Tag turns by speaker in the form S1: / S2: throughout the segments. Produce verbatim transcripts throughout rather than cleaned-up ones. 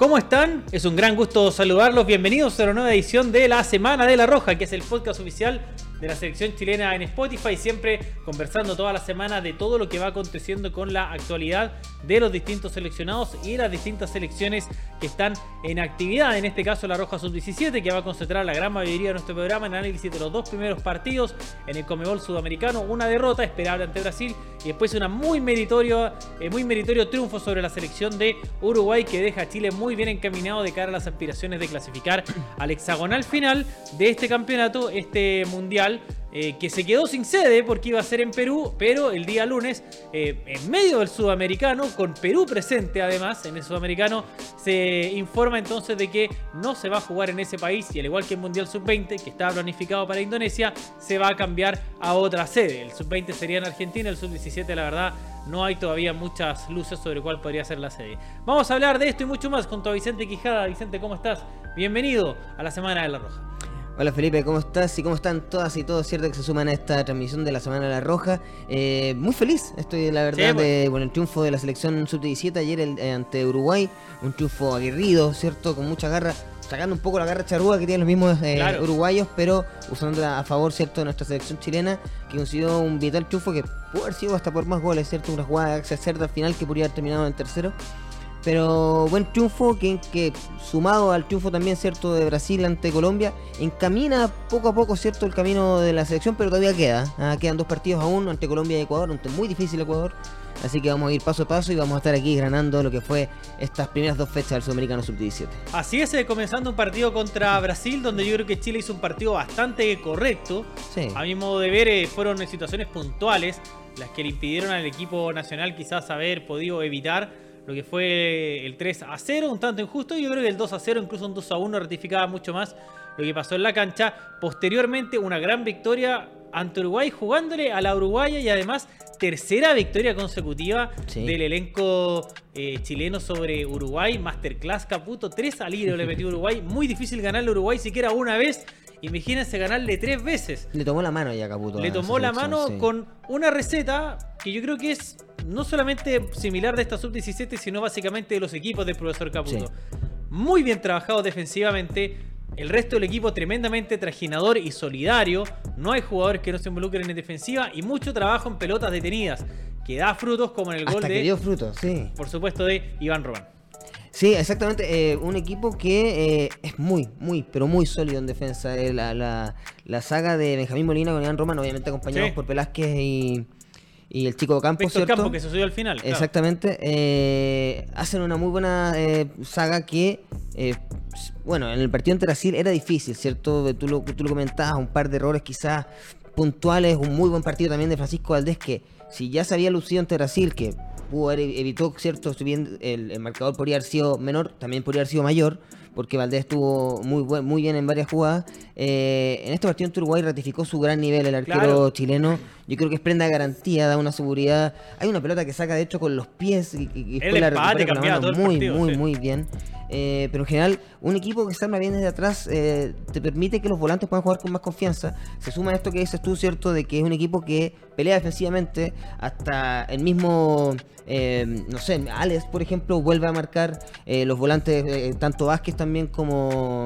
S1: ¿Cómo están? Es un gran gusto saludarlos. Bienvenidos a la nueva edición de La Semana de la Roja, que es el podcast oficial de la selección chilena en Spotify, siempre conversando toda la semana de todo lo que va aconteciendo con la actualidad de los distintos seleccionados y las distintas selecciones que están en actividad. En este caso la Roja sub diecisiete, que va a concentrar la gran mayoría de nuestro programa en análisis de los dos primeros partidos en el Conmebol Sudamericano. Una derrota esperable ante Brasil y después una muy meritorio, eh, muy meritorio triunfo sobre la selección de Uruguay, que deja a Chile muy bien encaminado de cara a las aspiraciones de clasificar al hexagonal final de este campeonato, este mundial. Eh, que se quedó sin sede porque iba a ser en Perú, pero el día lunes, eh, en medio del sudamericano, con Perú presente además en el sudamericano, se informa entonces de que no se va a jugar en ese país y al igual que el Mundial sub veinte, que estaba planificado para Indonesia, se va a cambiar a otra sede. El sub veinte sería en Argentina, el sub diecisiete la verdad no hay todavía muchas luces sobre cuál podría ser la sede. Vamos a hablar de esto y mucho más junto a Vicente Quijada. Vicente, ¿cómo estás? Bienvenido a la Semana de la Roja.
S2: Hola Felipe, ¿cómo estás? ¿Y cómo están todas y todos, cierto, que se suman a esta transmisión de la Semana de la Roja? Eh, muy feliz, estoy la verdad, sí, de bueno, el triunfo de la selección sub diecisiete ayer el, eh, ante Uruguay, un triunfo aguerrido, cierto, con mucha garra, sacando un poco la garra charrúa que tienen los mismos eh, claro. uruguayos, pero usándola a favor, cierto, de nuestra selección chilena, que consiguió un vital triunfo que pudo haber sido hasta por más goles, cierto, una jugada de Axel Cerda al final que podría haber terminado en tercero. Pero buen triunfo que, que sumado al triunfo también, cierto, de Brasil ante Colombia, encamina poco a poco, cierto, el camino de la selección, pero todavía queda. ¿eh? Quedan dos partidos aún ante Colombia y Ecuador, un muy difícil Ecuador. Así que vamos a ir paso a paso y vamos a estar aquí granando lo que fue estas primeras dos fechas del Sudamericano sub diecisiete.
S1: Así es, eh, comenzando un partido contra Brasil, donde yo creo que Chile hizo un partido bastante correcto. Sí. A mi modo de ver, eh, fueron situaciones puntuales las que le impidieron al equipo nacional quizás haber podido evitar lo que fue el tres a cero, un tanto injusto. Yo creo que el dos a cero, incluso un dos a uno, ratificaba mucho más lo que pasó en la cancha. Posteriormente, una gran victoria ante Uruguay, jugándole a la uruguaya y además tercera victoria consecutiva sí. del elenco eh, chileno sobre Uruguay. Masterclass Caputo, tres al hilo le metió Uruguay. Muy difícil ganarle a Uruguay siquiera una vez. Imagínense ganarle tres veces.
S2: Le tomó la mano ya Caputo.
S1: Le tomó la mano sí. con una receta que yo creo que es no solamente similar de esta sub diecisiete, sino básicamente de los equipos del profesor Caputo. Sí. Muy bien trabajado defensivamente. El resto del equipo tremendamente trajinador y solidario. No hay jugadores que no se involucren en defensiva y mucho trabajo en pelotas detenidas, que da frutos como en el
S2: Hasta
S1: gol
S2: que
S1: de...
S2: dio frutos, sí.
S1: Por supuesto, de Iván Román.
S2: Sí, exactamente, eh, un equipo que eh, es muy, muy, pero muy sólido en defensa. Eh, la, la, la saga de Benjamín Molina con Iván Román, obviamente acompañados sí. por Velázquez y, y el chico Campos,
S1: Víctor
S2: ¿cierto?
S1: Campos, que se subió al final. Claro.
S2: Exactamente, eh, hacen una muy buena eh, saga que, eh, bueno, en el partido ante Brasil era difícil, ¿cierto? Tú lo, tú lo comentabas, un par de errores quizás puntuales, un muy buen partido también de Francisco Valdés, que si ya se había lucido ante Brasil, que pudo haber evitó, cierto, si bien el, el marcador podría haber sido menor, también podría haber sido mayor, porque Valdés estuvo muy buen, muy bien en varias jugadas. Eh, en este partido ante Uruguay ratificó su gran nivel el arquero claro. chileno. Yo creo que es prenda de garantía, da una seguridad. Hay una pelota que saca de hecho con los pies y, y después la recupera con la mano muy, partido, muy, sí. muy bien. Eh, pero en general, un equipo que se arma bien desde atrás eh, te permite que los volantes puedan jugar con más confianza. Se suma a esto que dices tú, ¿cierto? De que es un equipo que pelea defensivamente. Hasta el mismo, eh, no sé, Alex, por ejemplo, vuelve a marcar. Eh, los volantes, eh, tanto Vázquez también como...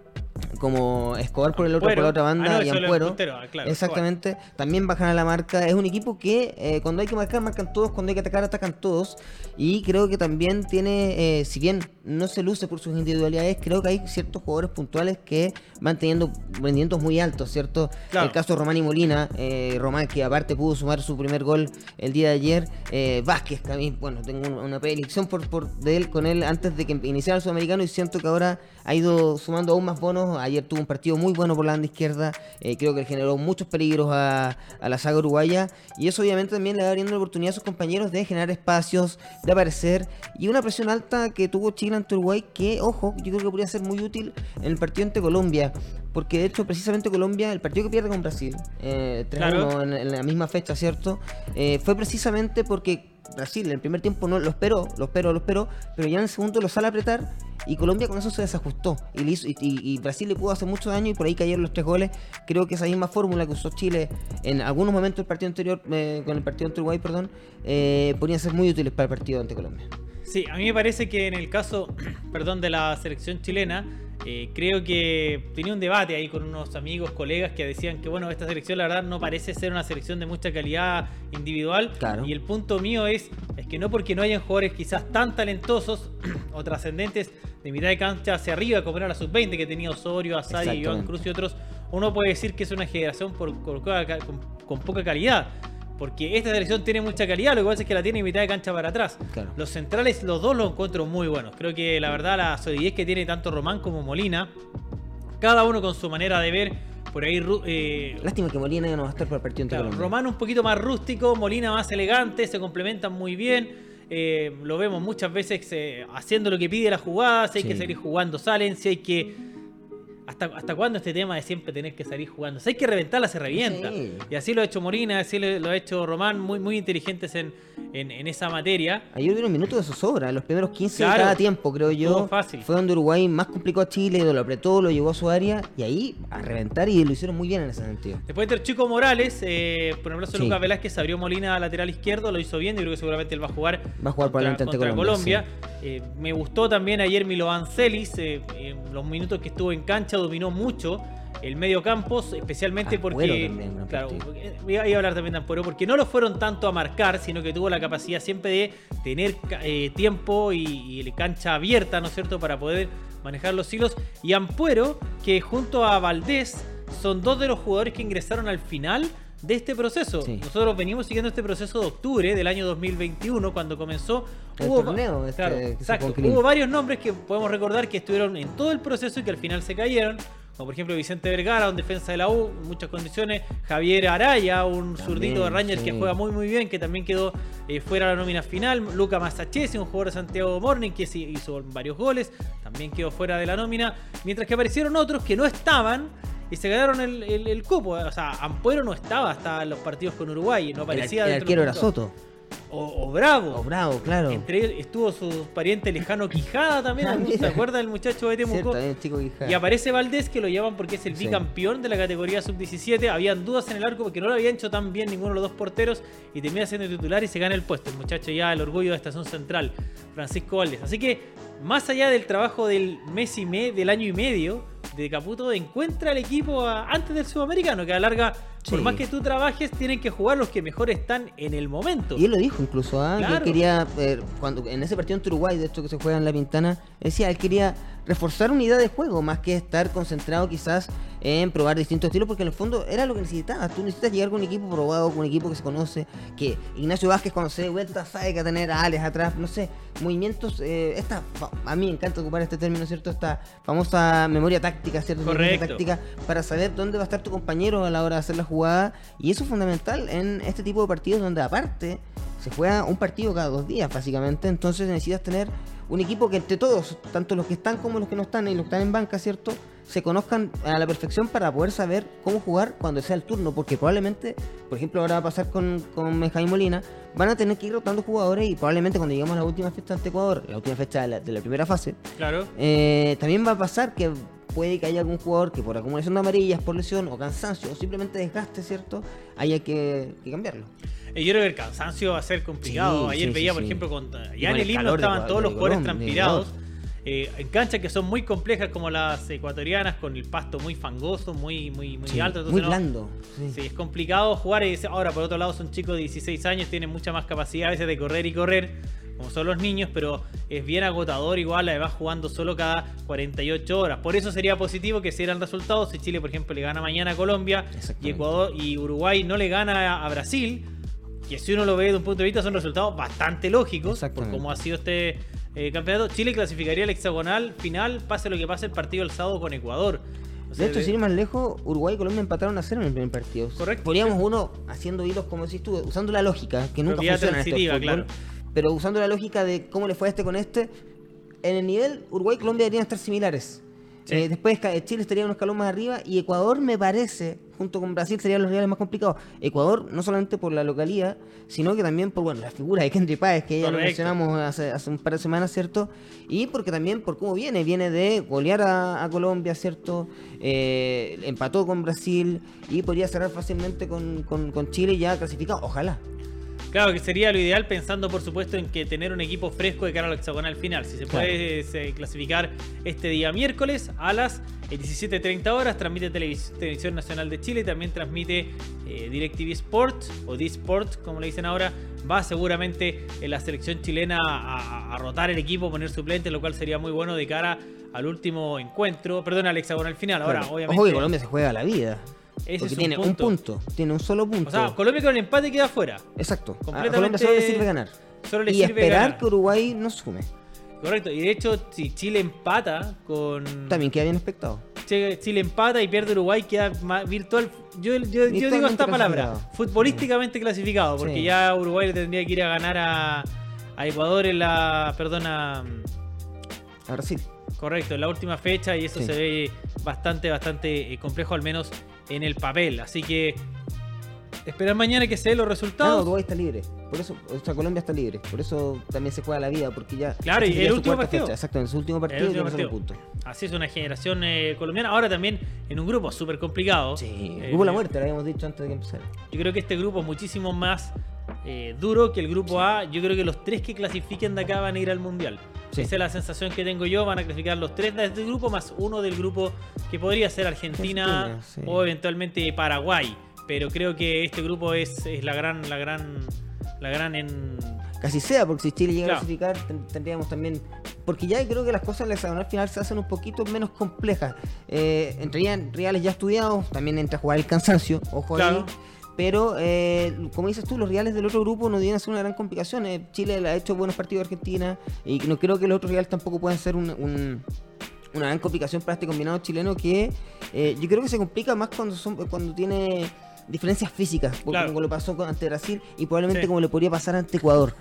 S2: como Escobar por el otro, por la otra banda, ah, no, y Ampuero, ah, claro, exactamente, Escobar. También bajan a la marca. Es un equipo que eh, cuando hay que marcar, marcan todos, cuando hay que atacar, atacan todos. Y creo que también tiene, eh, si bien no se luce por sus individualidades, creo que hay ciertos jugadores puntuales que van teniendo rendimientos muy altos, ¿cierto? Claro. El caso de Román y Molina, eh, Román que aparte pudo sumar su primer gol el día de ayer, eh, Vázquez, que a mí, bueno, tengo una predicción por, por de él con él antes de que iniciara el Sudamericano y siento que ahora ha ido sumando aún más bonos. Ayer tuvo un partido muy bueno por la banda izquierda, eh, creo que generó muchos peligros a, a la saga uruguaya y eso obviamente también le va abriendo la oportunidad a sus compañeros de generar espacios, de aparecer y una presión alta que tuvo Chile ante Uruguay que, ojo, yo creo que podría ser muy útil en el partido ante Colombia, porque de hecho precisamente Colombia, el partido que pierde con Brasil, eh, tres a uno claro. en, en la misma fecha, ¿cierto? Eh, fue precisamente porque Brasil en el primer tiempo no lo esperó, lo esperó, lo esperó, pero ya en el segundo lo sale a apretar y Colombia con eso se desajustó y, le hizo, y, y, y Brasil le pudo hacer mucho daño y por ahí cayeron los tres goles. Creo que esa misma fórmula que usó Chile en algunos momentos del partido anterior, eh, con el partido ante Uruguay, perdón, eh, podrían ser muy útiles para el partido ante Colombia.
S1: Sí, a mí me parece que en el caso, perdón, de la selección chilena, eh, creo que tenía un debate ahí con unos amigos, colegas que decían que bueno, esta selección la verdad no parece ser una selección de mucha calidad individual.
S2: Claro.
S1: Y el punto mío es, es que no porque no hayan jugadores quizás tan talentosos o trascendentes de mitad de cancha hacia arriba, como era la sub veinte que tenía Osorio, Azadi, Iván Cruz y otros, uno puede decir que es una generación por, por, con, con poca calidad. Porque esta selección tiene mucha calidad, lo que pasa es que la tiene en mitad de cancha para atrás. Claro. Los centrales, los dos los encuentro muy buenos. Creo que la verdad la solidez que tiene tanto Román como Molina, cada uno con su manera de ver, por ahí... Eh,
S2: Lástima que Molina ya no va a estar para el partido entre
S1: claro, Román un poquito más rústico, Molina más elegante, se complementan muy bien. Eh, lo vemos muchas veces eh, haciendo lo que pide la jugada, si hay sí. que salir jugando, salen, si hay que... ¿Hasta, ¿Hasta cuándo este tema de siempre tener que salir jugando? Si hay que reventarla, se revienta. Sí. Y así lo ha hecho Molina, así lo ha hecho Román, muy, muy inteligentes en, en, en esa materia.
S2: Ayer hubo un minuto de zozobra, los primeros quince claro, de cada tiempo, creo yo.
S1: Fácil.
S2: Fue donde Uruguay más complicó a Chile, lo apretó, lo llevó a su área y ahí a reventar y lo hicieron muy bien en ese sentido.
S1: Después de Chico Morales, eh, por el brazo de sí. Lucas Velázquez, abrió Molina a lateral izquierdo, lo hizo bien. Yo creo que seguramente él va a jugar,
S2: va a jugar
S1: contra,
S2: contra
S1: contra Colombia. Colombia.
S2: Sí.
S1: Eh, me gustó también ayer Milovan Celis, eh, eh, los minutos que estuvo en cancha dominó mucho el medio campo, especialmente
S2: Ampuero
S1: porque
S2: también,
S1: claro, iba a hablar también de Ampuero, porque no lo fueron tanto a marcar, sino que tuvo la capacidad siempre de tener eh, tiempo y, y cancha abierta, ¿no es cierto?, para poder manejar los hilos. Y Ampuero, que junto a Valdés son dos de los jugadores que ingresaron al final de este proceso. Sí. Nosotros venimos siguiendo este proceso de octubre del año dos mil veintiuno, cuando comenzó
S2: el
S1: hubo,
S2: torneo, este,
S1: claro, exacto, hubo varios nombres que podemos recordar que estuvieron en todo el proceso y que al final se cayeron, como por ejemplo Vicente Vergara, un defensa de la U, en muchas condiciones, Javier Araya, un también, zurdito de Rangers sí. que juega muy muy bien, que también quedó eh, fuera de la nómina final, Luca Masachesi, un jugador de Santiago Morning que sí hizo varios goles, también quedó fuera de la nómina, mientras que aparecieron otros que no estaban y se ganaron el, el, el cupo. O sea, Ampuero no estaba hasta los partidos con Uruguay, no aparecía.
S2: El, el arquero era Soto.
S1: O, o Bravo.
S2: O Bravo, claro.
S1: Entre ellos estuvo su pariente lejano Quijada también. Ah, ¿se acuerda del muchacho de Temuco? Y aparece Valdés, que lo llevan porque es el sí. bicampeón de la categoría sub diecisiete. Habían dudas en el arco porque no lo habían hecho tan bien ninguno de los dos porteros. Y termina siendo titular y se gana el puesto. El muchacho ya, el orgullo de Estación Central, Francisco Valdés. Así que, más allá del trabajo del mes y medio, del año y medio de Caputo, encuentra el equipo a, antes del Sudamericano, que a la larga, sí. por más que tú trabajes, tienen que jugar los que mejor están en el momento.
S2: Y él lo dijo incluso, ¿eh? Claro. Que él quería, eh, cuando en ese partido ante Uruguay, de esto que se juega en La Pintana, decía, él quería reforzar unidad de juego, más que estar concentrado quizás en probar distintos estilos, porque en el fondo era lo que necesitabas. Tú necesitas llegar con un equipo probado, con un equipo que se conoce, que Ignacio Vázquez cuando se dé vuelta sabe que tener a Alex atrás, no sé, movimientos, eh, esta, a mí me encanta ocupar este término, ¿cierto? Esta famosa memoria táctica, ¿cierto?
S1: Correcto.
S2: Táctica para saber dónde va a estar tu compañero a la hora de hacer la jugada, y eso es fundamental en este tipo de partidos donde aparte se juega un partido cada dos días básicamente, entonces necesitas tener un equipo que entre todos, tanto los que están como los que no están y los que están en banca, ¿cierto?, se conozcan a la perfección para poder saber cómo jugar cuando sea el turno, porque probablemente, por ejemplo, ahora va a pasar con, con Benjamín Molina, van a tener que ir rotando jugadores y probablemente cuando lleguemos a la última fecha ante Ecuador, la última fecha de la, de la primera fase,
S1: claro,
S2: eh, también va a pasar que puede que haya algún jugador que por acumulación de amarillas, por lesión o cansancio o simplemente desgaste, ¿cierto?, haya que, que cambiarlo.
S1: Eh, yo creo que el cansancio va a ser complicado. Sí, Ayer
S2: sí,
S1: veía,
S2: sí,
S1: por
S2: sí.
S1: ejemplo, con ya en el himno estaban de, todos de los jugadores transpirados. Eh, en canchas que son muy complejas como las ecuatorianas, con el pasto muy fangoso, muy muy muy
S2: sí,
S1: alto.
S2: Muy
S1: no,
S2: blando. Sí.
S1: sí, es complicado jugar. Y ahora, por otro lado, son chicos de dieciséis años, tienen mucha más capacidad a veces de correr y correr, como son los niños, pero es bien agotador igual, además jugando solo cada cuarenta y ocho horas. Por eso sería positivo que se dieran resultados. Si Chile, por ejemplo, le gana mañana a Colombia y Ecuador y Uruguay no le gana a Brasil, que si uno lo ve desde un punto de vista son resultados bastante lógicos por cómo ha sido este eh, campeonato. Chile clasificaría al hexagonal final, pase lo que pase el partido el sábado con Ecuador. O sea,
S2: de hecho,
S1: de...
S2: sin ir más lejos, Uruguay y Colombia empataron a cero en el primer partido.
S1: Correcto.
S2: Podríamos uno haciendo hilos, como decís tú, usando la lógica, que nunca funciona en este fútbol,
S1: claro.
S2: Pero usando la lógica de cómo le fue a este con este, en el nivel Uruguay y Colombia deberían estar similares. Sí. Eh, después Chile estaría un escalón más arriba y Ecuador, me parece, junto con Brasil, serían los rivales más complicados. Ecuador, no solamente por la localidad, sino que también por, bueno, la figura de Kendry Páez, que ya Correcto. Lo mencionamos hace, hace un par de semanas, ¿cierto? Y porque también por cómo viene, viene de golear a, a Colombia, ¿cierto? Eh, empató con Brasil y podría cerrar fácilmente con, con, con Chile ya clasificado, ojalá.
S1: Claro, que sería lo ideal pensando por supuesto en que tener un equipo fresco de cara al hexagonal final. Si se puede
S2: Claro.
S1: se, clasificar este día miércoles a las diecisiete treinta horas, transmite Televis Televisión Nacional de Chile, también transmite eh, DirecTV Sport o D-Sport, como le dicen ahora. Va seguramente en la selección chilena a, a, a rotar el equipo, poner suplentes, lo cual sería muy bueno de cara al último encuentro, perdón, al hexagonal final. Ahora,
S2: Claro.
S1: obviamente,
S2: Ojo que Colombia se juega la vida.
S1: ese
S2: Porque
S1: es un
S2: tiene
S1: punto.
S2: un punto, tiene un solo punto.
S1: O sea, Colombia con el empate queda fuera.
S2: Exacto. A
S1: completamente-
S2: Colombia solo le sirve ganar.
S1: Solo le
S2: y
S1: sirve
S2: esperar
S1: ganar.
S2: que Uruguay no sume.
S1: Correcto, y de hecho, si Chile empata con.
S2: También queda bien expectado.
S1: Che- Chile empata y pierde Uruguay, queda ma- virtual. Yo, yo, yo digo
S2: Virtualmente
S1: esta palabra:
S2: clasificado.
S1: futbolísticamente clasificado, porque
S2: Sí.
S1: ya Uruguay le tendría que ir a ganar a, a Ecuador en la. Perdona.
S2: A Brasil.
S1: Correcto, en la última fecha, y eso
S2: Sí.
S1: se ve bastante, bastante eh, complejo, al menos en el papel. Así que. Esperar mañana que se den los
S2: Ah, no,
S1: resultados.
S2: Uruguay está libre. Por eso, o sea, Colombia está libre. Por eso también se juega la vida, porque ya.
S1: Claro, y
S2: esta
S1: el
S2: sería su
S1: último
S2: cuarta
S1: partido.
S2: fecha. Exacto, en su último partido
S1: último
S2: tiene solo
S1: partido.
S2: punto.
S1: Así es una generación eh, colombiana. Ahora también en un grupo súper complicado.
S2: Sí,
S1: Eh,
S2: hubo la muerte, lo habíamos dicho antes de que empezara.
S1: Yo creo que este grupo es muchísimo más eh, duro que el grupo A. Yo creo que los tres que clasifiquen de acá van a ir al Mundial.
S2: Sí.
S1: Esa es la sensación que tengo yo. Van a clasificar los tres de este grupo más uno del grupo que podría ser Argentina
S2: Argentina, sí.
S1: o eventualmente Paraguay. Pero creo que este grupo es, es la gran, la gran, la gran en...
S2: Casi sea, porque si Chile llega
S1: Claro.
S2: a clasificar, ten- tendríamos también. Porque ya creo que las cosas en la hexagonal final se hacen un poquito menos complejas. Eh, entrarían reales ya estudiados, también entra a jugar el cansancio, ojo
S1: Claro.
S2: ahí. Pero, eh, como dices tú, los reales del otro grupo no vienen a ser una gran complicación. Eh, Chile le ha hecho buenos partidos a Argentina y no creo que los otros reales tampoco puedan ser un, un- una gran complicación para este combinado chileno que eh, yo creo que se complica más cuando son cuando tiene diferencias físicas, porque
S1: Claro.
S2: como lo pasó con, ante Brasil y probablemente
S1: Sí.
S2: como le podría pasar ante Ecuador.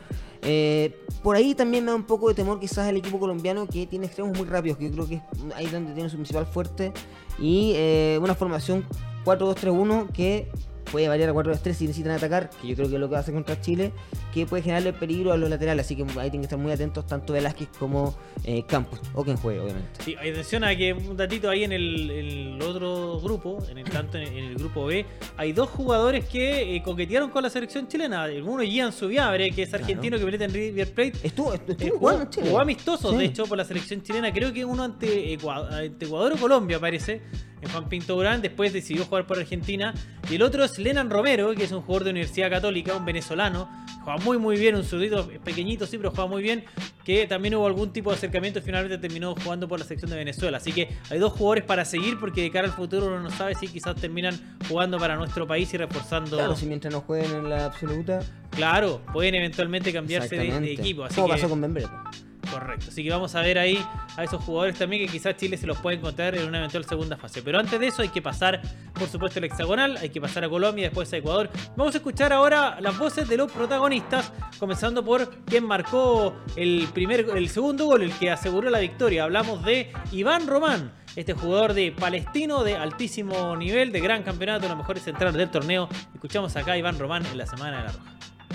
S2: Eh, por ahí también me da un poco de temor quizás el equipo colombiano, que tiene extremos muy rápidos, que yo creo que es ahí donde tiene su principal fuerte, y eh, una formación cuatro dos tres uno que puede variar a cuatro dos tres si necesitan atacar, que yo creo que es lo que va a hacer contra Chile, que puede generarle peligro a los laterales, así que ahí tienen que estar muy atentos tanto Velázquez como eh, Campos, o quien juegue obviamente.
S1: Sí, atención a que un datito ahí en el, en el otro grupo, en el tanto en el, en el grupo B, hay dos jugadores que eh, coquetearon con la selección chilena. Uno es Gian Subiabre, que es
S2: Claro.
S1: argentino, que milita en River Plate.
S2: Estuvo, estuvo
S1: Eh,
S2: jugando
S1: jugó,
S2: en Chile.
S1: jugó amistosos,
S2: Sí.
S1: de hecho, por la selección chilena. Creo que uno ante Ecuador, ante Ecuador o Colombia, parece, en Juan Pinto Durán. Después decidió jugar por Argentina. Y el otro es Lenan Romero, que es un jugador de Universidad Católica, un venezolano. Juega muy, muy bien, un zurdito pequeñito, sí, pero juega muy bien. Que también hubo algún tipo de acercamiento y finalmente terminó jugando por la selección de Venezuela. Así que hay dos jugadores para seguir, porque de cara al futuro uno no sabe si quizás terminan jugando para nuestro país y reforzando.
S2: Claro, si mientras no jueguen en la absoluta.
S1: Claro, pueden eventualmente cambiarse de, de
S2: Exactamente.
S1: equipo. Así
S2: Como
S1: que,
S2: pasó con Bembredo.
S1: correcto. Así que vamos a ver ahí a esos jugadores también, que quizás Chile se los puede encontrar en una eventual segunda fase. Pero antes de eso hay que pasar, por supuesto, el hexagonal, hay que pasar a Colombia, después a Ecuador. Vamos a escuchar ahora las voces de los protagonistas, comenzando por quien marcó el primer, el segundo gol, el que aseguró la victoria. Hablamos de Iván Román, este jugador de Palestino de altísimo nivel, de gran campeonato, de los mejores centrales del torneo. Escuchamos acá a Iván Román en la Semana de la Roja.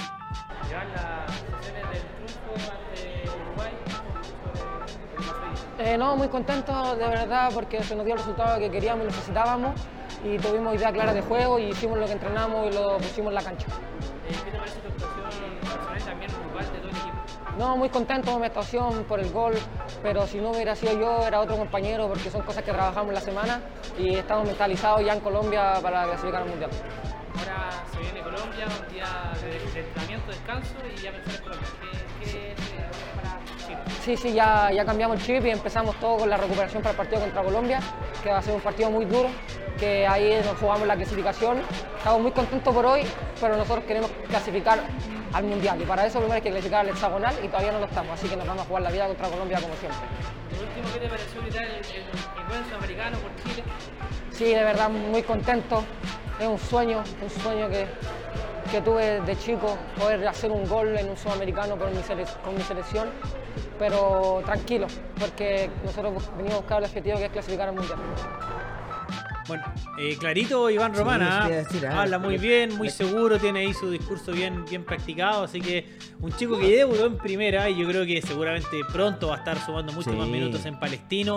S1: Iván, las sensaciones del triunfo ante Uruguay.
S3: Eh, no, muy contento de verdad porque se nos dio el resultado que queríamos y necesitábamos y tuvimos idea clara de juego y hicimos lo que entrenamos y lo pusimos en la cancha.
S1: ¿Qué te parece tu actuación personal y también grupal de todo el equipo?
S3: No, muy contento con mi actuación por el gol, pero si no hubiera sido yo era otro compañero porque son cosas que trabajamos en la semana y estamos mentalizados ya en Colombia para clasificar al Mundial.
S1: Ahora se viene Colombia, un día de, de entrenamiento, descanso y ya pensar en Colombia. ¿Qué, qué es eh, para Chile?
S3: Sí, sí, ya, ya cambiamos el chip y empezamos todo con la recuperación para el partido contra Colombia, que va a ser un partido muy duro, que ahí nos jugamos la clasificación. Estamos muy contentos por hoy, pero nosotros queremos clasificar al Mundial y para eso primero hay que clasificar al hexagonal y todavía no lo estamos, así que nos vamos a jugar la vida contra Colombia como siempre.
S1: Por último, ¿qué te pareció gritar el, el, el buen sudamericano por Chile?
S3: Sí, de verdad muy contento, es un sueño, un sueño que, que tuve de chico, poder hacer un gol en un sudamericano con mi, sele con mi selección, pero tranquilo, porque nosotros venimos a buscar el objetivo que es clasificar al Mundial.
S1: Bueno, eh, clarito Iván
S2: Sí,
S1: Román,
S2: eso
S1: ¿ah?
S2: te iba a decir, ah,
S1: habla muy
S2: pero-
S1: bien, muy seguro, tiene ahí su discurso bien, bien practicado, así que un chico que debutó en primera y yo creo que seguramente pronto va a estar sumando muchos
S2: Sí.
S1: más minutos en Palestino.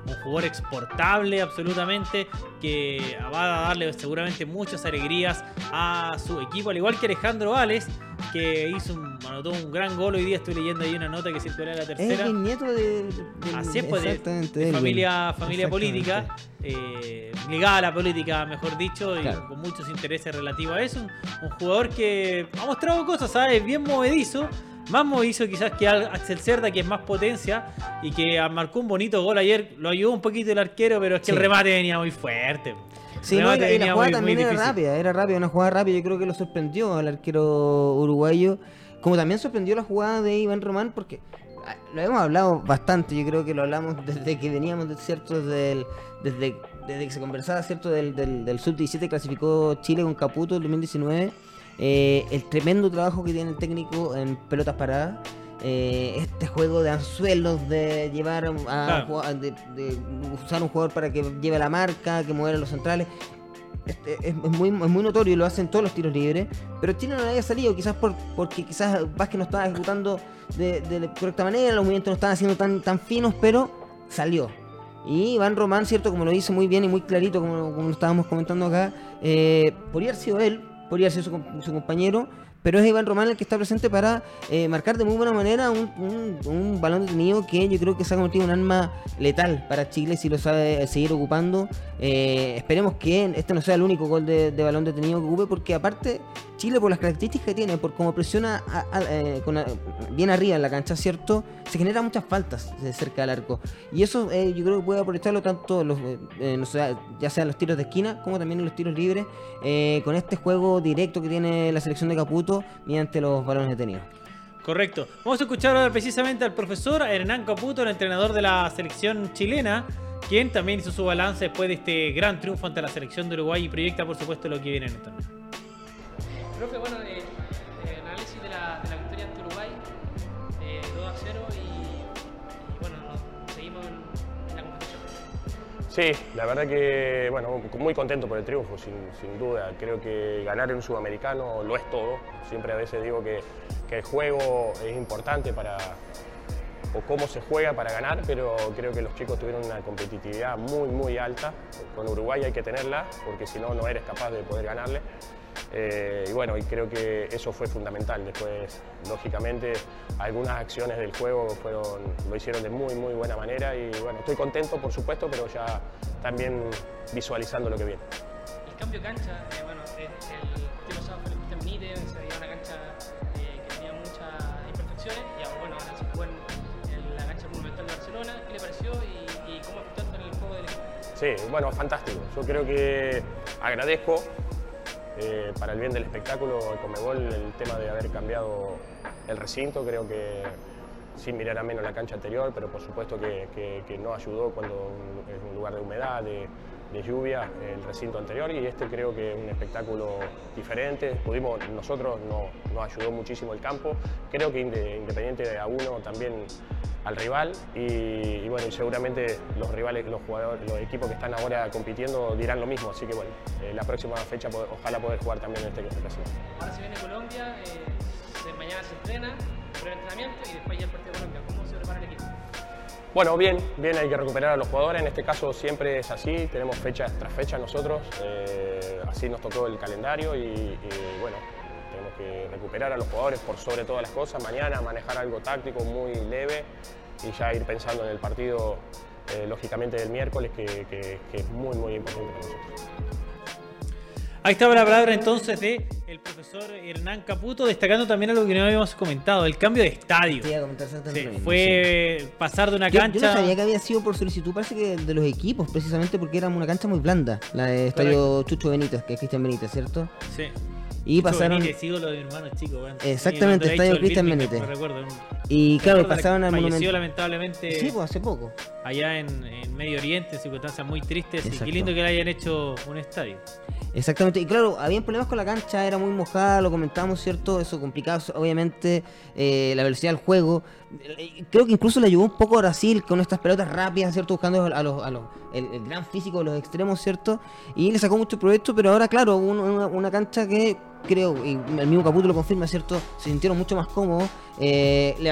S1: un jugador exportable absolutamente, que va a darle seguramente muchas alegrías a su equipo, al igual que Alejandro Vales, que hizo un, anotó un gran gol. Hoy día estoy leyendo ahí una nota que circuló en la tercera.
S2: Es el nieto de, de,
S1: Así es, pues, de, de familia, familia política, eh, ligada a la política, mejor dicho, claro, y con muchos intereses relativos a eso. Un, un jugador que ha mostrado cosas, ¿sabes? Bien movedizo. Más movedizo quizás que Axel Cerda, que es más potencia y que marcó un bonito gol ayer. Lo ayudó un poquito el arquero, pero es que sí, el remate venía muy fuerte.
S2: Sí, no, y, la, y la jugada muy, también muy era difícil. rápida, era rápida, una jugada rápida. Yo creo que lo sorprendió al arquero uruguayo, como también sorprendió la jugada de Iván Román, porque lo hemos hablado bastante. Yo creo que lo hablamos desde que veníamos, de, ¿cierto? Desde, el, desde, desde que se conversaba, ¿cierto? Del, del, del sub diecisiete clasificó Chile con Caputo en dos mil diecinueve. Eh, el tremendo trabajo que tiene el técnico en pelotas paradas, eh, este juego de anzuelos, de llevar a, claro, a de, de usar un jugador para que lleve la marca, que mueva los centrales, este, es, es, muy, es muy notorio y lo hacen todos los tiros libres, pero Chile no le había salido, quizás por, porque quizás Vázquez no estaba ejecutando de, de la correcta manera, los movimientos no estaban haciendo tan, tan finos, pero salió. Y Iván Román, cierto, como lo dice muy bien y muy clarito, como, como lo estábamos comentando acá, eh, podría haber sido él, podría ser su, su compañero, pero es Iván Román el que está presente para eh, marcar de muy buena manera un, un, un balón detenido que yo creo que se ha convertido en un arma letal para Chile si lo sabe seguir ocupando. Eh, esperemos que este no sea el único gol de, de balón detenido que ocupe, porque aparte Chile, por las características que tiene, por cómo presiona a, a, eh, con a, bien arriba en la cancha, ¿cierto? Se generan muchas faltas de cerca del arco. Y eso eh, yo creo que puede aprovecharlo tanto los, eh, no sé, ya sea en los tiros de esquina como también en los tiros libres, eh, con este juego directo que tiene la selección de Caputo mediante los balones detenidos.
S1: Correcto. Vamos a escuchar ahora precisamente al profesor Hernán Caputo, el entrenador de la selección chilena, quien también hizo su balance después de este gran triunfo ante la selección de Uruguay y proyecta, por supuesto, lo que viene en el torneo.
S4: Profe, bueno, eh, eh, análisis de la, de la victoria ante Uruguay, eh, dos a cero y, y bueno, nos seguimos en, en la competición.
S5: Sí, la verdad que, bueno, muy contento por el triunfo, sin, sin duda. Creo que ganar en un sudamericano lo es todo. Siempre a veces digo que, que el juego es importante para, o cómo se juega para ganar, pero creo que los chicos tuvieron una competitividad muy, muy alta. Con Uruguay hay que tenerla, porque si no, no eres capaz de poder ganarle. Eh, y bueno, y creo que eso fue fundamental. Después, lógicamente, algunas acciones del juego fueron, lo hicieron de muy, muy buena manera y bueno, estoy contento, por supuesto, pero ya también visualizando lo que viene.
S4: El cambio de cancha, eh, bueno, el último sábado fue el Cristian Benítez, se veía una cancha eh, que tenía muchas imperfecciones y ahora, bueno, ahora se jugó en, en la cancha monumental de Barcelona. ¿Qué le pareció y, y cómo afectó esto en el juego del equipo?
S5: Sí, bueno, fantástico. Yo creo que agradezco. Eh, para el bien del espectáculo, el Conmebol, el tema de haber cambiado el recinto, creo que sin mirar a menos la cancha anterior, pero por supuesto que, que, que no ayudó cuando es un lugar de humedad, de, de lluvia, el recinto anterior, y este creo que es un espectáculo diferente. Pudimos, nosotros no, nos ayudó muchísimo el campo, creo que independiente de a uno también al rival y, y bueno, y seguramente los rivales, los jugadores, los equipos que están ahora compitiendo dirán lo mismo, así que bueno, eh, la próxima fecha poder, ojalá poder jugar también en este caso.
S4: Ahora se viene Colombia, eh, mañana se entrena, preentrenamiento y después ya el partido de Colombia. ¿Cómo se prepara el equipo?
S5: Bueno, bien, bien, hay que recuperar a los jugadores, en este caso siempre es así, tenemos fecha tras fecha nosotros, eh, así nos tocó el calendario y, y bueno, tenemos que recuperar a los jugadores por sobre todas las cosas, mañana manejar algo táctico muy leve y ya ir pensando en el partido, eh, lógicamente del miércoles, que, que, que es muy, muy importante para nosotros.
S1: Ahí estaba la palabra entonces de el profesor Hernán Caputo, destacando también algo que no habíamos comentado, el cambio de estadio.
S2: Sí, a comentar exactamente
S1: sí,
S2: lo mismo,
S1: fue sí. pasar de una
S2: yo,
S1: cancha...
S2: Yo no sabía que había sido por solicitud, parece que de los equipos, precisamente porque era una cancha muy blanda, la de estadio Correcto. Chucho Benítez, que es Cristian Benítez, ¿cierto?
S1: Sí.
S2: Y
S1: Chucho
S2: pasaron...
S1: Benítez, ídolo de mi hermano chico, bueno.
S2: Exactamente, estadio Cristian Benítez.
S1: Me recuerdo.
S2: Y claro, pasaron al
S1: monumento.
S2: Falleció
S1: lamentablemente.
S2: Sí, pues hace poco.
S1: Allá en, en Medio Oriente, en circunstancias muy tristes. Exacto. Y qué lindo que le hayan hecho un estadio.
S2: Exactamente, y claro, habían problemas con la cancha, era muy mojada, lo comentamos, ¿cierto? Eso complicaba, obviamente, eh, la velocidad del juego. Creo que incluso le ayudó un poco a Brasil con estas pelotas rápidas, ¿cierto? Buscando a los, a los, el, el gran físico de los extremos, ¿cierto? Y le sacó mucho provecho, pero ahora, claro, una, una cancha que creo, y el mismo Caputo lo confirma, ¿cierto? Se sintieron mucho más cómodos, eh, le,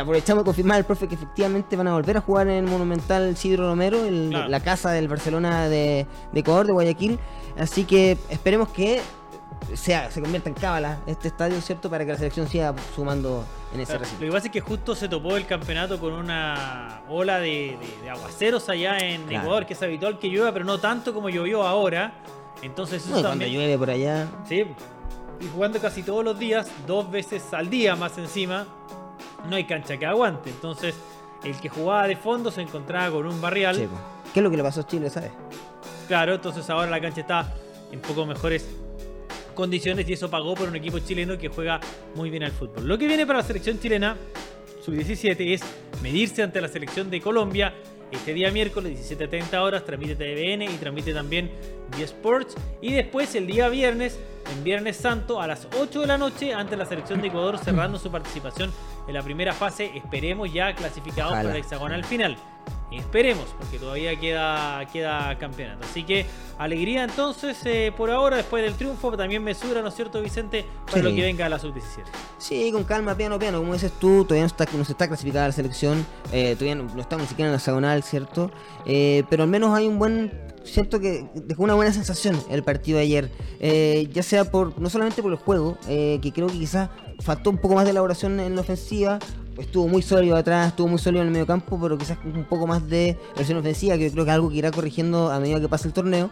S2: aprovechamos de confirmar al profe que efectivamente van a volver a jugar en el Monumental Isidro Romero, el,
S1: Claro.
S2: la casa del Barcelona de, de Ecuador, de Guayaquil. Así que esperemos que sea, se convierta en cábala este estadio, ¿cierto? Para que la selección siga sumando en ese
S1: Claro,
S2: recinto.
S1: lo que pasa es que justo se topó el campeonato con una ola de, de- de aguaceros allá en
S2: Claro.
S1: Ecuador, que es habitual que llueva, pero no tanto como llovió ahora. Entonces eso
S2: No, y cuando
S1: también...
S2: llueve por allá.
S1: Sí, y jugando casi todos los días, dos veces al día más encima, no hay cancha que aguante. Entonces, el que jugaba de fondo se encontraba con un barrial.
S2: Sí, po. ¿Qué es lo que le pasó a Chile, sabes?
S1: Claro, entonces ahora la cancha está en poco mejores condiciones y eso pagó por un equipo chileno que juega muy bien al fútbol. Lo que viene para la selección chilena, sub diecisiete, es medirse ante la selección de Colombia. Este día miércoles, diecisiete a treinta horas, transmite T V N y transmite también V Sports. Y después el día viernes, en Viernes Santo, a las ocho de la noche, ante la selección de Ecuador, cerrando su participación en la primera fase. Esperemos ya clasificados
S2: Ojalá.
S1: para la hexagonal final. Esperemos, porque todavía queda, queda campeonato. Así que alegría entonces eh, por ahora, después del triunfo. También mesura, ¿no es cierto, Vicente? Para
S2: Sí.
S1: lo que venga a la sub diecisiete.
S2: Sí, con calma, piano, piano. Como dices tú, todavía no está, no se está clasificada la selección. Eh, todavía no, no estamos ni siquiera en la hexagonal, ¿cierto? Eh, pero al menos hay un buen... Siento que dejó una buena sensación el partido de ayer. Eh, ya sea por no solamente por el juego, eh, que creo que quizás faltó un poco más de elaboración en la ofensiva. Estuvo muy sólido atrás, estuvo muy sólido en el medio campo, pero quizás un poco más de versión ofensiva, que yo creo que es algo que irá corrigiendo a medida que pase el torneo.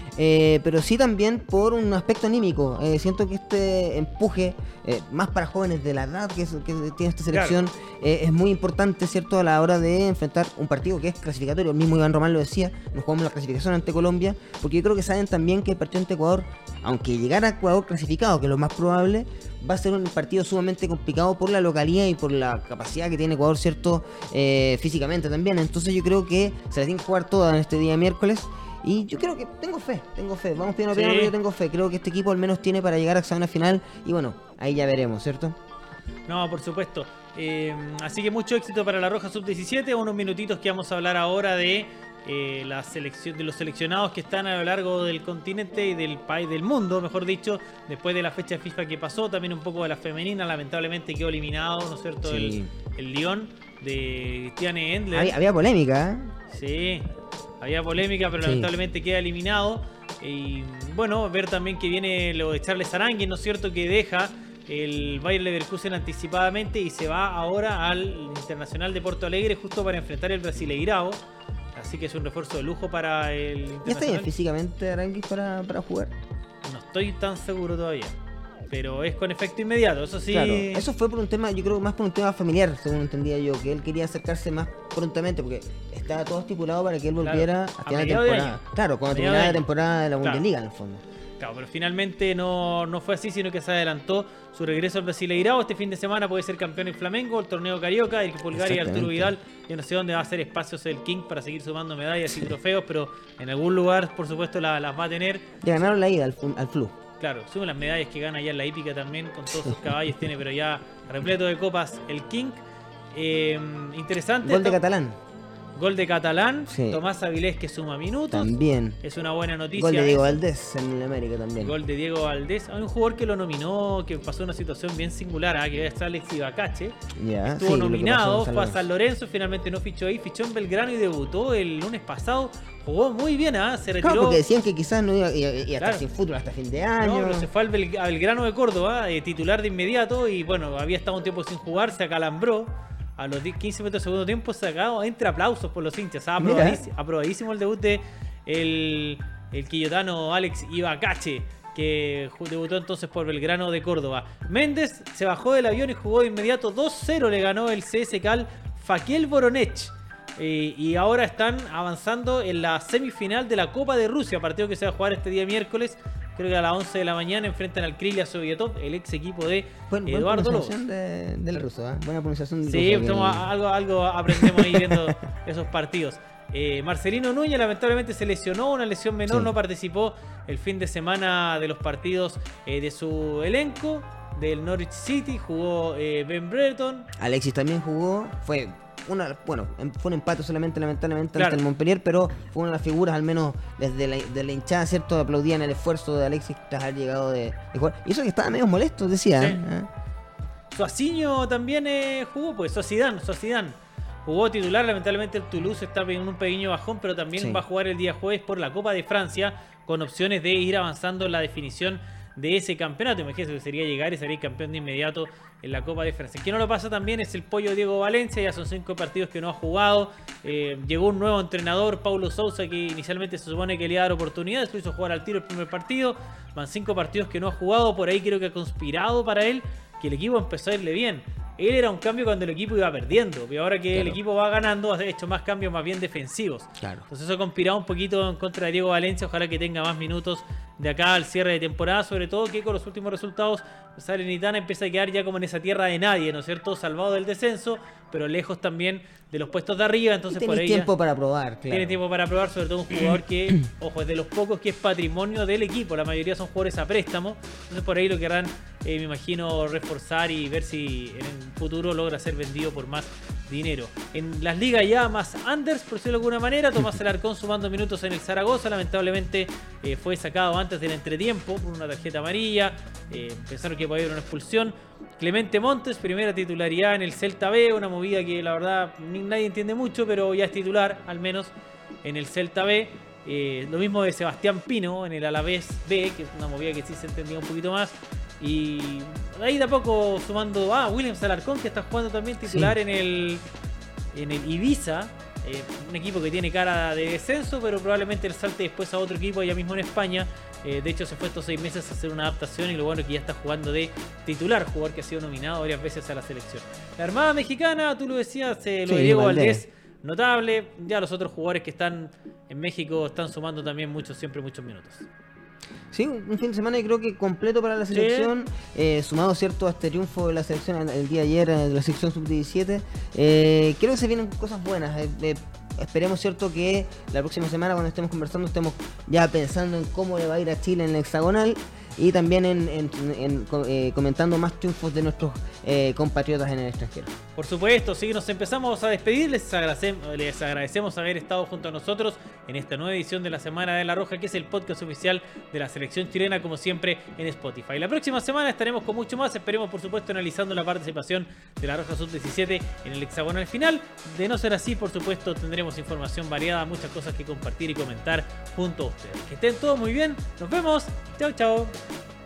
S2: Eh, pero sí también por un aspecto anímico. Eh, siento que este empuje, eh, más para jóvenes de la edad que, es- que tiene esta selección, eh, es muy importante, ¿cierto? A la hora de enfrentar un partido que es clasificatorio. El mismo Iván Román lo decía, nos jugamos la clasificación ante Colombia, porque yo creo que saben también que el partido ante Ecuador, aunque llegara a Ecuador clasificado, que es lo más probable, va a ser un partido sumamente complicado por la localidad y por la capacidad que tiene Ecuador, ¿cierto? Eh, físicamente también. Entonces yo creo que se la tienen que jugar todas en este día miércoles. Y yo creo que tengo fe, tengo fe. Vamos piano, piano,
S1: Sí.
S2: pero yo tengo fe. Creo que este equipo al menos tiene para llegar a hexagonal final. Y bueno, ahí ya veremos, ¿cierto?
S1: No, por supuesto. Eh, así que mucho éxito para la Roja sub diecisiete. Unos minutitos que vamos a hablar ahora de eh, la selección, de los seleccionados que están a lo largo del continente y del país, del mundo, mejor dicho, después de la fecha de FIFA que pasó. También un poco de la femenina. Lamentablemente quedó eliminado, ¿no es cierto?
S2: Sí.
S1: El, el Lyon de Christiane Endler.
S2: Había, había polémica, ¿eh?
S1: Sí, había polémica, pero
S2: Sí.
S1: lamentablemente queda eliminado. Y bueno, ver también que viene lo de Charles Aránguiz, ¿no es cierto? Que deja el Bayer Leverkusen anticipadamente y se va ahora al Internacional de Porto Alegre justo para enfrentar el Brasileirao. Así que es un refuerzo de lujo para el
S2: ¿Ya está bien
S1: Internacional.
S2: físicamente Aranguis para, para jugar?
S1: No estoy tan seguro todavía, pero es con efecto inmediato, eso sí.
S2: Claro, eso fue por un tema, yo creo más por un tema familiar, según entendía yo, que él quería acercarse más prontamente, porque estaba todo estipulado para que él
S1: Claro,
S2: volviera
S1: a
S2: a final de
S1: mediados de
S2: temporada.
S1: año.
S2: Claro, cuando
S1: A mediados
S2: terminara
S1: de
S2: la
S1: año.
S2: temporada de la
S1: Claro.
S2: Bundesliga, en el fondo.
S1: Claro, pero finalmente no, no fue así, sino que se adelantó su regreso al Brasileirao. Este fin de semana puede ser campeón en Flamengo, el torneo Carioca, el Pulgar y Arturo
S2: Exactamente.
S1: Vidal. Yo no sé dónde va a hacer espacios el King para seguir sumando medallas y trofeos, pero en algún lugar, por supuesto, la- las va a tener.
S2: Ya ganaron la ida al, fu- al Flu.
S1: Claro, suben las medallas que gana ya en la hípica también, con todos sus caballos tiene, pero ya repleto de copas el King. Eh, interesante.
S2: Gol de
S1: esto-
S2: Catalán,
S1: Gol de Catalán,
S2: Sí.
S1: Tomás Avilés que suma minutos.
S2: también.
S1: Es una buena noticia.
S2: Gol de Diego
S1: eso.
S2: Valdés en el América también.
S1: Gol de Diego Valdés. Hay un jugador que lo nominó, que pasó una situación bien singular, ¿ah? que es Alex Ibacache.
S2: Ya,
S1: Estuvo
S2: sí, lo que
S1: nominado,
S2: pasó en
S1: fue a
S2: San
S1: San Lorenzo, finalmente no fichó ahí, fichó en Belgrano y debutó el lunes pasado. Jugó muy bien, ¿ah? se retiró.
S2: Claro, porque decían que quizás no iba, iba- iba a estar
S1: Claro.
S2: sin fútbol hasta fin de
S1: No,
S2: año.
S1: pero se fue al, Bel- a Belgrano de Córdoba, eh, titular de inmediato, y bueno, había estado un tiempo sin jugar, se acalambró. A los diez, quince minutos del segundo tiempo sacado entre aplausos por los hinchas. Ah,
S2: Mira.
S1: aprobadísimo, aprobadísimo el debut de el, el quillotano Alex Ibacache, que ju- debutó entonces por Belgrano de Córdoba. Méndez se bajó del avión y jugó de inmediato. dos cero le ganó el C S K al Fakiel Voronezh. Eh, y ahora están avanzando en la semifinal de la Copa de Rusia, partido que se va a jugar este día miércoles. Creo que a las once de la mañana enfrentan al Krylia Sovietov, el ex equipo de
S2: Buen- buena
S1: Eduardo Lobos.
S2: pronunciación de- del ruso, ¿eh? Buena pronunciación del
S1: Sí,
S2: ruso.
S1: estamos- algo, algo aprendemos ahí viendo esos partidos. Eh, Marcelino Núñez lamentablemente se lesionó, una lesión menor,
S2: Sí.
S1: no participó el fin de semana de los partidos eh, de su elenco, del Norwich City, jugó eh, Ben Brereton.
S2: Alexis también jugó, fue una, bueno, em- fue un empate solamente lamentablemente
S1: Claro.
S2: ante el Montpellier, pero fue una de las figuras, al menos desde la, de la hinchada, ¿cierto? Aplaudían el esfuerzo de Alexis tras haber llegado de, de jugar. Y eso que estaba medio molesto, decía.
S1: Sí.
S2: ¿eh?
S1: Suaciño también eh, jugó, pues Sociedad, Sociedad. Jugó titular, lamentablemente el Toulouse está en un pequeño bajón, pero también
S2: Sí.
S1: va a jugar el día jueves por la Copa de Francia, con opciones de ir avanzando en la definición de ese campeonato. Imagínense que sería llegar y salir campeón de inmediato en la Copa de Francia. El que no lo pasa también es el pollo Diego Valencia, ya son cinco partidos que no ha jugado. Eh, llegó un nuevo entrenador, Paulo Sousa, que inicialmente se supone que le iba a dar oportunidades, lo hizo jugar al tiro el primer partido. Van cinco partidos que no ha jugado, por ahí creo que ha conspirado para él que el equipo empezó a irle bien. Él era un cambio cuando el equipo iba perdiendo, y ahora que
S2: Claro.
S1: el equipo va ganando, ha hecho más cambios más bien defensivos.
S2: Claro.
S1: Entonces eso ha conspirado un poquito en contra de Diego Valencia. Ojalá que tenga más minutos de acá al cierre de temporada, sobre todo que con los últimos resultados Salernitana empieza a quedar ya como en esa tierra de nadie, ¿no es cierto? Salvado del descenso, pero lejos también de los puestos de arriba. Entonces
S2: Y
S1: por
S2: tenéis
S1: ahí
S2: tiempo para probar, claro.
S1: tiene tiempo para probar, sobre todo un jugador que, ojo, es de los pocos que es patrimonio del equipo. La mayoría son jugadores a préstamo. Entonces por ahí lo querrán, eh, me imagino, reforzar y ver si en el futuro logra ser vendido por más dinero. En las ligas ya más unders, por decirlo de alguna manera, Tomás Alarcón sumando minutos en el Zaragoza. Lamentablemente eh, fue sacado antes del entretiempo por una tarjeta amarilla. Eh, pensaron que podía haber una expulsión. Clemente Montes, primera titularidad en el Celta B, una movida que la verdad ni nadie entiende mucho, pero ya es titular, al menos en el Celta B. Eh, lo mismo de Sebastián Pino en el Alavés B, que es una movida que sí se entendía un poquito más. Y ahí de a poco sumando a ah, Williams Alarcón, que está jugando también titular
S2: Sí.
S1: en el en el Ibiza, eh, un equipo que tiene cara de descenso, pero probablemente él salte después a otro equipo allá mismo en España. Eh, de hecho se fue estos seis meses a hacer una adaptación y lo bueno es que ya está jugando de titular, jugador que ha sido nominado varias veces a la selección. La Armada Mexicana, tú lo decías, eh, lo
S2: Sí,
S1: de Diego
S2: Valdés.
S1: Valdés, notable. Ya los otros jugadores que están en México están sumando también muchos, siempre muchos minutos.
S2: Sí, un fin de semana yo creo que completo para la
S1: Sí.
S2: selección, eh, sumado cierto a este triunfo de la selección el día de ayer eh, de la selección sub diecisiete. Eh, creo que se vienen cosas buenas. eh, eh, esperemos cierto que la próxima semana cuando estemos conversando estemos ya pensando en cómo le va a ir a Chile en el hexagonal y también en, en- en- eh, comentando más triunfos de nuestros eh, compatriotas en el extranjero.
S1: Por supuesto, sí, nos empezamos a despedir. Les agradecemos, les agradecemos haber estado junto a nosotros en esta nueva edición de la Semana de la Roja, que es el podcast oficial de la selección chilena, como siempre en Spotify. La próxima semana estaremos con mucho más. Esperemos, por supuesto, analizando la participación de la Roja sub diecisiete en el hexagonal final. De no ser así, por supuesto, tendremos información variada, muchas cosas que compartir y comentar junto a ustedes. Que estén todos muy bien. Nos vemos. Chao, chao.